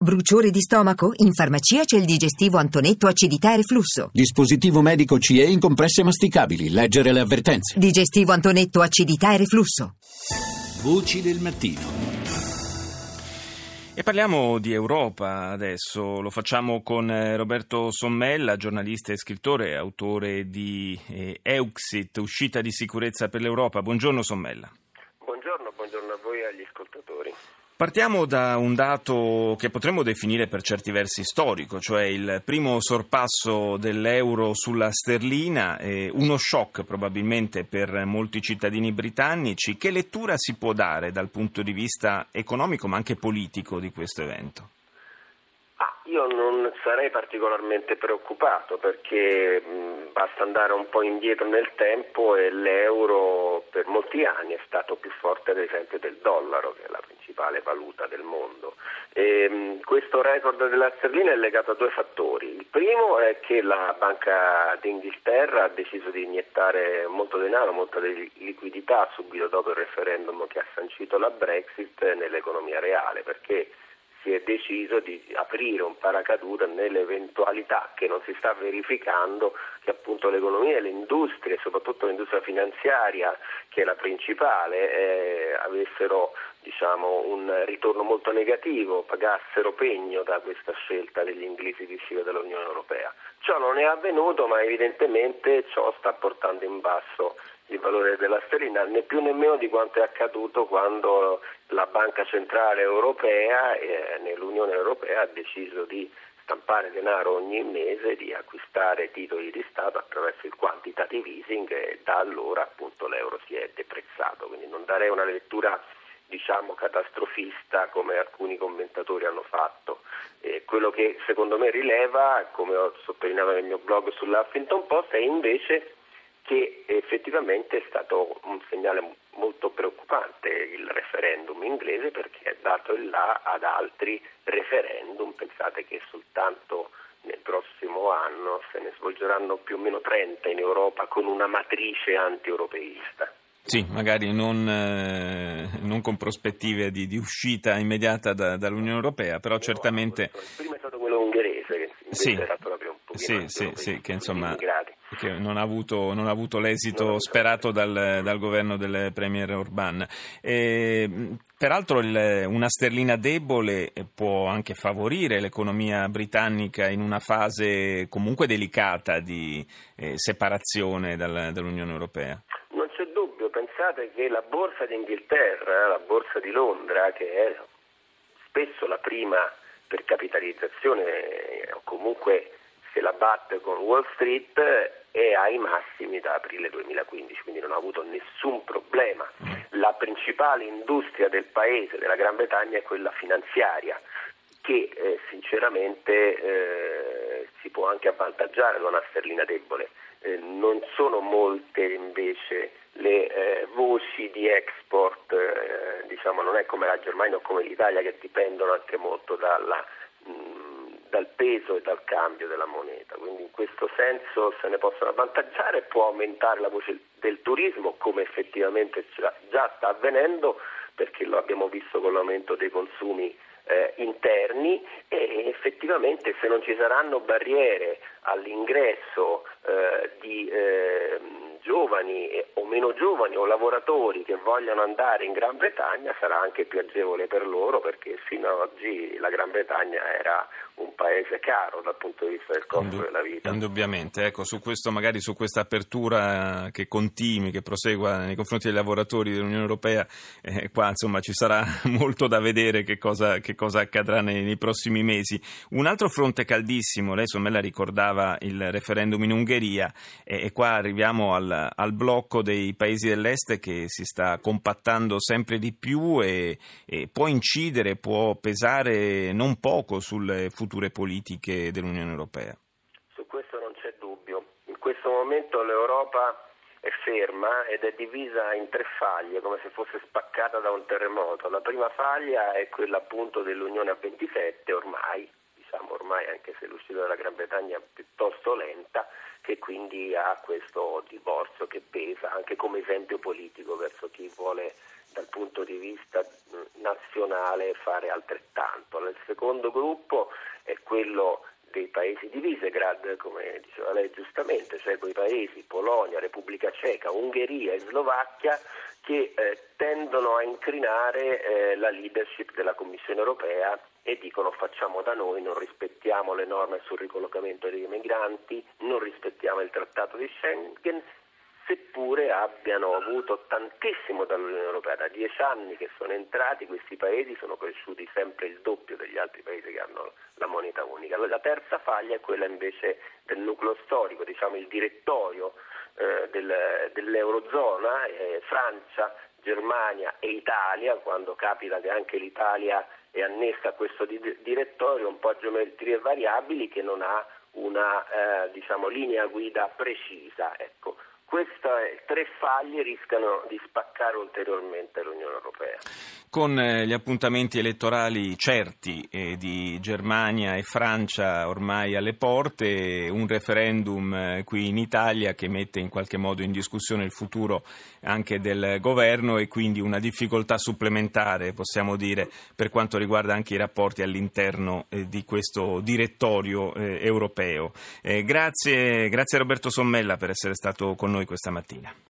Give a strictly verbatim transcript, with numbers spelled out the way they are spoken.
Bruciore di stomaco? In farmacia c'è il digestivo Antonetto acidità e reflusso. Dispositivo medico C E in compresse masticabili. Leggere le avvertenze. Digestivo Antonetto acidità e reflusso. Voci del mattino. E parliamo di Europa adesso, lo facciamo con Roberto Sommella, giornalista e scrittore, autore di eh, Euxit, uscita di sicurezza per l'Europa. Buongiorno Sommella. Buongiorno, buongiorno a voi e agli ascoltatori. Partiamo da un dato che potremmo definire per certi versi storico, cioè il primo sorpasso dell'euro sulla sterlina, eh, uno shock probabilmente per molti cittadini britannici. Che lettura si può dare dal punto di vista economico ma anche politico di questo evento? Ah, io non sarei particolarmente preoccupato perché mh, basta andare un po' indietro nel tempo e l'euro per molti anni è stato più forte ad esempio del dollaro, che è la principale valuta del mondo. E, mh, questo record della sterlina è legato a due fattori. Il primo è che la Banca d'Inghilterra ha deciso di iniettare molto denaro, molta liquidità subito dopo il referendum che ha sancito la Brexit nell'economia reale, perché si è deciso di aprire un paracadute nell'eventualità che non si sta verificando che appunto l'economia e le industrie, soprattutto l'industria finanziaria che è la principale, eh, avessero diciamo un ritorno molto negativo, pagassero pegno da questa scelta degli inglesi di uscire dall'Unione Europea. Ciò non è avvenuto, ma evidentemente ciò sta portando in basso il valore della sterlina, né più né meno di quanto è accaduto quando la Banca Centrale Europea eh, nell'Unione Europea ha deciso di stampare denaro ogni mese, di acquistare titoli di Stato attraverso il quantitative easing e da allora appunto l'euro si è deprezzato. Quindi non darei una lettura diciamo catastrofista come alcuni commentatori hanno fatto. Eh, quello che secondo me rileva, come ho sottolineato nel mio blog sull'Huffington Post, è invece che effettivamente è stato un segnale molto preoccupante il referendum inglese, perché ha dato il là ad altri referendum. Pensate che soltanto nel prossimo anno se ne svolgeranno più o meno trenta in Europa con una matrice anti-europeista. Sì, magari non, eh, non con prospettive di, di uscita immediata da, dall'Unione Europea, però no, certamente... Il primo è stato quello ungherese, che invece sì, era proprio un pochino sì, sì, sì, che insomma che non ha avuto, non ha avuto l'esito non sperato dal, dal governo del premier Orban. E, peraltro il, una sterlina debole può anche favorire l'economia britannica in una fase comunque delicata di eh, separazione dal, dall'Unione Europea. Non c'è dubbio, pensate che la borsa d'Inghilterra, la borsa di Londra, che è spesso la prima per capitalizzazione o comunque se la batte con Wall Street, è ai massimi da aprile duemilaquindici, quindi non ha avuto nessun problema. La principale industria del paese, della Gran Bretagna, è quella finanziaria, che eh, sinceramente eh, si può anche avvantaggiare da una sterlina debole. Eh, non sono molte invece le eh, voci di export, eh, diciamo non è come la Germania o come l'Italia che dipendono anche molto dalla, mh, dal peso e dal cambio della moneta, quindi in questo senso se ne possono avvantaggiare. Può aumentare la voce del turismo, come effettivamente già, già sta avvenendo, perché lo abbiamo visto con l'aumento dei consumi Eh, interni, e effettivamente se non ci saranno barriere all'ingresso eh, di eh, giovani eh, o meno giovani o lavoratori che vogliono andare in Gran Bretagna, sarà anche più agevole per loro, perché fino ad oggi la Gran Bretagna era un paese caro dal punto di vista del costo Indu- della vita. Indubbiamente, ecco, su questo magari su questa apertura che continui, che prosegua nei confronti dei lavoratori dell'Unione Europea, eh, qua insomma ci sarà molto da vedere che cosa, che cosa accadrà nei, nei prossimi mesi. Un altro fronte caldissimo, lei Sommella ricordava il referendum in Ungheria, e, e qua arriviamo al, al blocco dei paesi dell'est che si sta compattando sempre di più e, e può incidere, può pesare non poco sulle future politiche dell'Unione Europea. Su questo non c'è dubbio. In questo momento l'Europa è ferma ed è divisa in tre faglie, come se fosse spaccata da un terremoto. La prima faglia è quella appunto dell'Unione a ventisette, ormai, diciamo ormai anche se l'uscita della Gran Bretagna è piuttosto lenta, che quindi ha questo divorzio che pesa anche come esempio politico verso chi vuole dal punto di vista nazionale fare altrettanto. Il secondo gruppo è quello dei paesi di Visegrad, come diceva lei giustamente, cioè quei paesi, Polonia, Repubblica Ceca, Ungheria e Slovacchia, che eh, tendono a incrinare eh, la leadership della Commissione europea e dicono facciamo da noi, non rispettiamo le norme sul ricollocamento dei migranti, non rispettiamo il trattato di Schengen, seppure abbiano avuto tantissimo dall'Unione Europea. Da dieci anni che sono entrati, questi paesi sono cresciuti sempre il doppio degli altri paesi che hanno la moneta unica. La terza faglia è quella invece del nucleo storico, diciamo il direttorio eh, del, dell'Eurozona, eh, Francia, Germania e Italia, quando capita che anche l'Italia è annessa a questo di- direttorio, un po' a geometrie variabili, che non ha una eh, diciamo linea guida precisa. Ecco. Queste tre faglie rischiano di spaccare ulteriormente l'Unione Europea. Con eh, gli appuntamenti elettorali certi eh, di Germania e Francia ormai alle porte, un referendum eh, qui in Italia che mette in qualche modo in discussione il futuro anche del governo e quindi una difficoltà supplementare, possiamo dire, per quanto riguarda anche i rapporti all'interno eh, di questo direttorio eh, europeo. Eh, grazie, grazie a Roberto Sommella per essere stato con noi questa mattina.